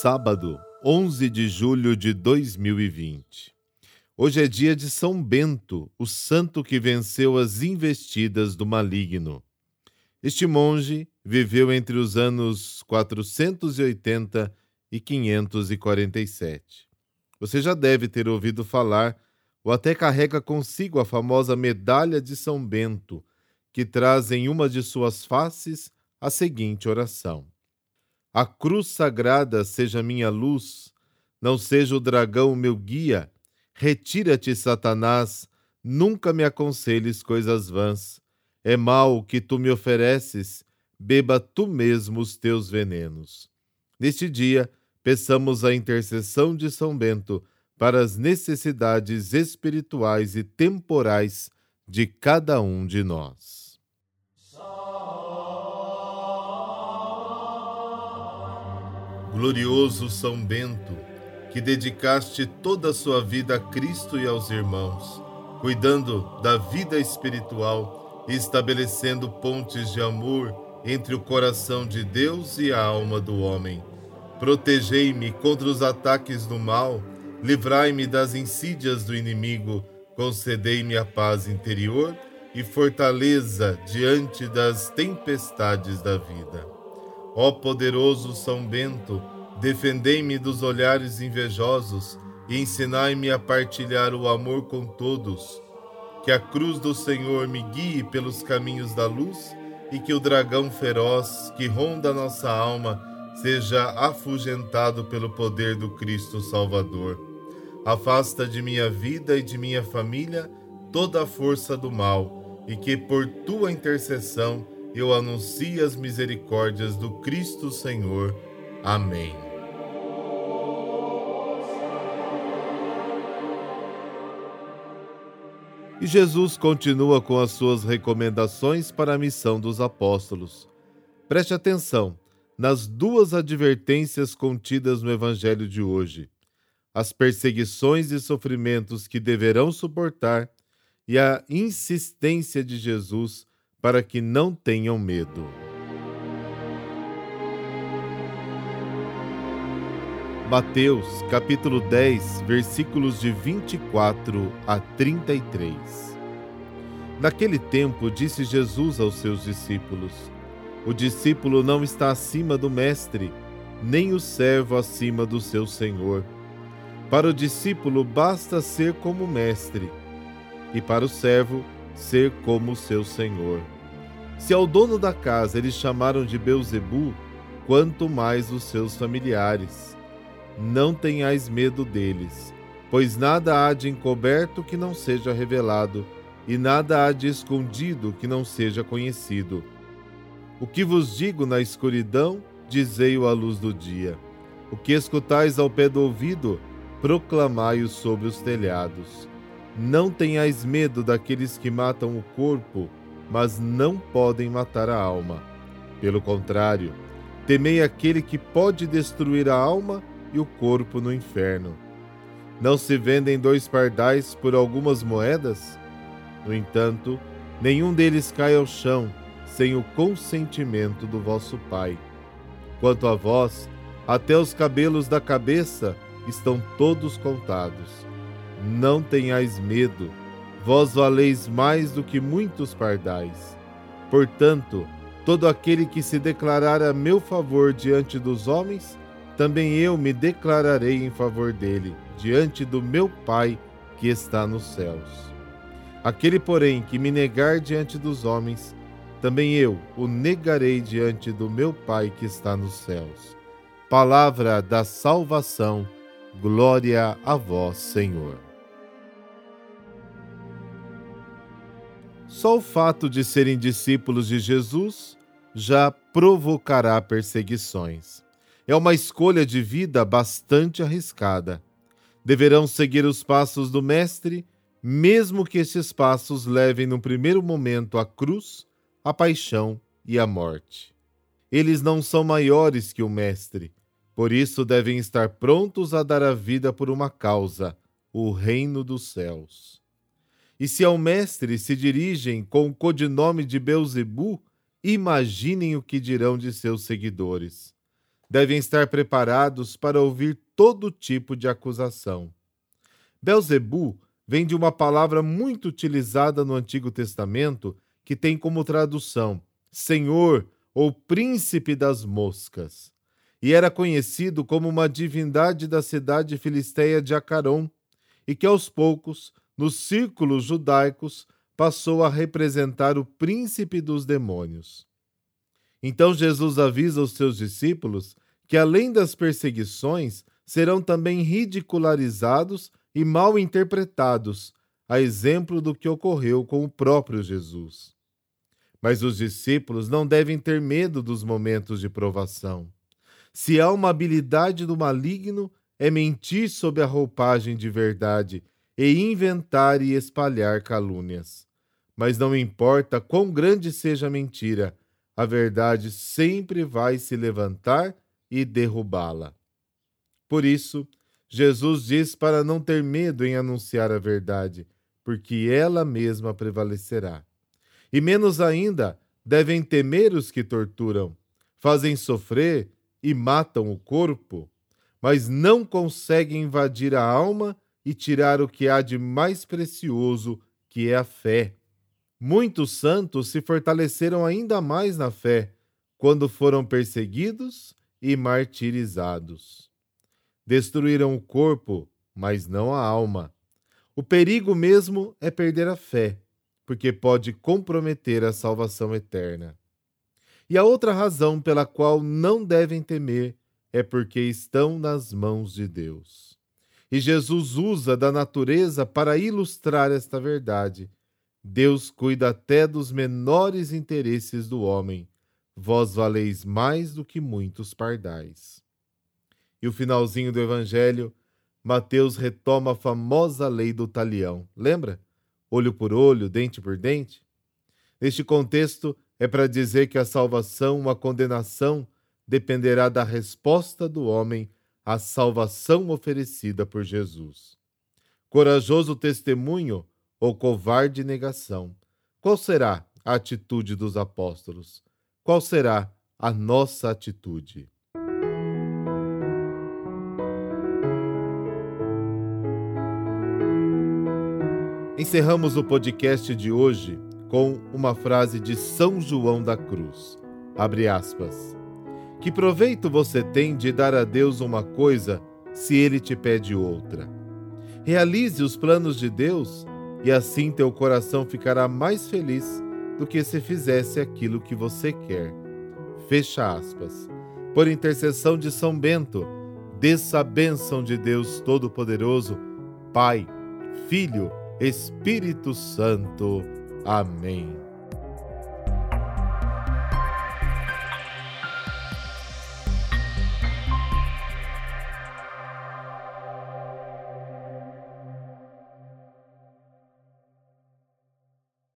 Sábado, 11 de julho de 2020. Hoje é dia de São Bento, o santo que venceu as investidas do maligno. Este monge viveu entre os anos 480 e 547. Você já deve ter ouvido falar, ou até carrega consigo a famosa medalha de São Bento, que traz em uma de suas faces a seguinte oração: a cruz sagrada seja minha luz, não seja o dragão o meu guia. Retira-te, Satanás, nunca me aconselhes coisas vãs. É mal o que tu me ofereces, beba tu mesmo os teus venenos. Neste dia, peçamos a intercessão de São Bento para as necessidades espirituais e temporais de cada um de nós. Glorioso São Bento, que dedicaste toda a sua vida a Cristo e aos irmãos, cuidando da vida espiritual e estabelecendo pontes de amor entre o coração de Deus e a alma do homem. Protegei-me contra os ataques do mal, livrai-me das insídias do inimigo, concedei-me a paz interior e fortaleza diante das tempestades da vida. Ó poderoso São Bento, defendei-me dos olhares invejosos e ensinai-me a partilhar o amor com todos. Que a cruz do Senhor me guie pelos caminhos da luz e que o dragão feroz que ronda nossa alma seja afugentado pelo poder do Cristo Salvador. Afasta de minha vida e de minha família toda a força do mal e que por tua intercessão eu anuncio as misericórdias do Cristo Senhor. Amém. E Jesus continua com as suas recomendações para a missão dos apóstolos. Preste atenção nas duas advertências contidas no Evangelho de hoje: as perseguições e sofrimentos que deverão suportar e a insistência de Jesus para que não tenham medo. Mateus, capítulo 10, versículos de 24 a 33. Naquele tempo, disse Jesus aos seus discípulos: o discípulo não está acima do mestre, nem o servo acima do seu senhor. Para o discípulo basta ser como o mestre, e para o servo ser como o seu senhor. Se ao dono da casa eles chamaram de Beelzebu, quanto mais os seus familiares. Não tenhais medo deles, pois nada há de encoberto que não seja revelado, e nada há de escondido que não seja conhecido. O que vos digo na escuridão, dizei-o à luz do dia. O que escutais ao pé do ouvido, proclamai-o sobre os telhados. Não tenhais medo daqueles que matam o corpo, mas não podem matar a alma. Pelo contrário, temei aquele que pode destruir a alma e o corpo no inferno. Não se vendem 2 pardais por algumas moedas? No entanto, nenhum deles cai ao chão sem o consentimento do vosso Pai. Quanto a vós, até os cabelos da cabeça estão todos contados. Não tenhais medo, vós valeis mais do que muitos pardais. Portanto, todo aquele que se declarar a meu favor diante dos homens, também eu me declararei em favor dele, diante do meu Pai que está nos céus. Aquele, porém, que me negar diante dos homens, também eu o negarei diante do meu Pai que está nos céus. Palavra da salvação, glória a vós, Senhor. Só o fato de serem discípulos de Jesus já provocará perseguições. É uma escolha de vida bastante arriscada. Deverão seguir os passos do Mestre, mesmo que estes passos levem no primeiro momento à cruz, à paixão e à morte. Eles não são maiores que o Mestre, por isso devem estar prontos a dar a vida por uma causa, o reino dos céus. E se ao Mestre se dirigem com o codinome de Beelzebu, imaginem o que dirão de seus seguidores. devem estar preparados para ouvir todo tipo de acusação. Belzebu vem de uma palavra muito utilizada no Antigo Testamento que tem como tradução Senhor ou Príncipe das Moscas, e era conhecido como uma divindade da cidade filisteia de Acaron, e que aos poucos, nos círculos judaicos, passou a representar o príncipe dos demônios. Então Jesus avisa os seus discípulos que, além das perseguições, serão também ridicularizados e mal interpretados, a exemplo do que ocorreu com o próprio Jesus. Mas os discípulos não devem ter medo dos momentos de provação. Se há uma habilidade do maligno, é mentir sob a roupagem de verdade e inventar e espalhar calúnias. Mas não importa quão grande seja a mentira, a verdade sempre vai se levantar e derrubá-la. Por isso, Jesus diz para não ter medo em anunciar a verdade, porque ela mesma prevalecerá. E menos ainda, devem temer os que torturam, fazem sofrer e matam o corpo, mas não conseguem invadir a alma e tirar o que há de mais precioso, que é a fé. Muitos santos se fortaleceram ainda mais na fé quando foram perseguidos e martirizados. Destruíram o corpo, mas não a alma. O perigo mesmo é perder a fé, porque pode comprometer a salvação eterna. E a outra razão pela qual não devem temer é porque estão nas mãos de Deus. E Jesus usa da natureza para ilustrar esta verdade. Deus cuida até dos menores interesses do homem. Vós valeis mais do que muitos pardais. E o finalzinho do Evangelho, Mateus retoma a famosa lei do talião. Lembra? Olho por olho, dente por dente. Neste contexto, é para dizer que a salvação ou a condenação dependerá da resposta do homem à salvação oferecida por Jesus. Corajoso testemunho ou covarde negação? Qual será a atitude dos apóstolos? Qual será a nossa atitude? Encerramos o podcast de hoje com uma frase de São João da Cruz. Abre aspas. Que proveito você tem de dar a Deus uma coisa se Ele te pede outra? Realize os planos de Deus e assim teu coração ficará mais feliz do que se fizesse aquilo que você quer. Fecha aspas. Por intercessão de São Bento, desça a bênção de Deus Todo-Poderoso, Pai, Filho, Espírito Santo. Amém.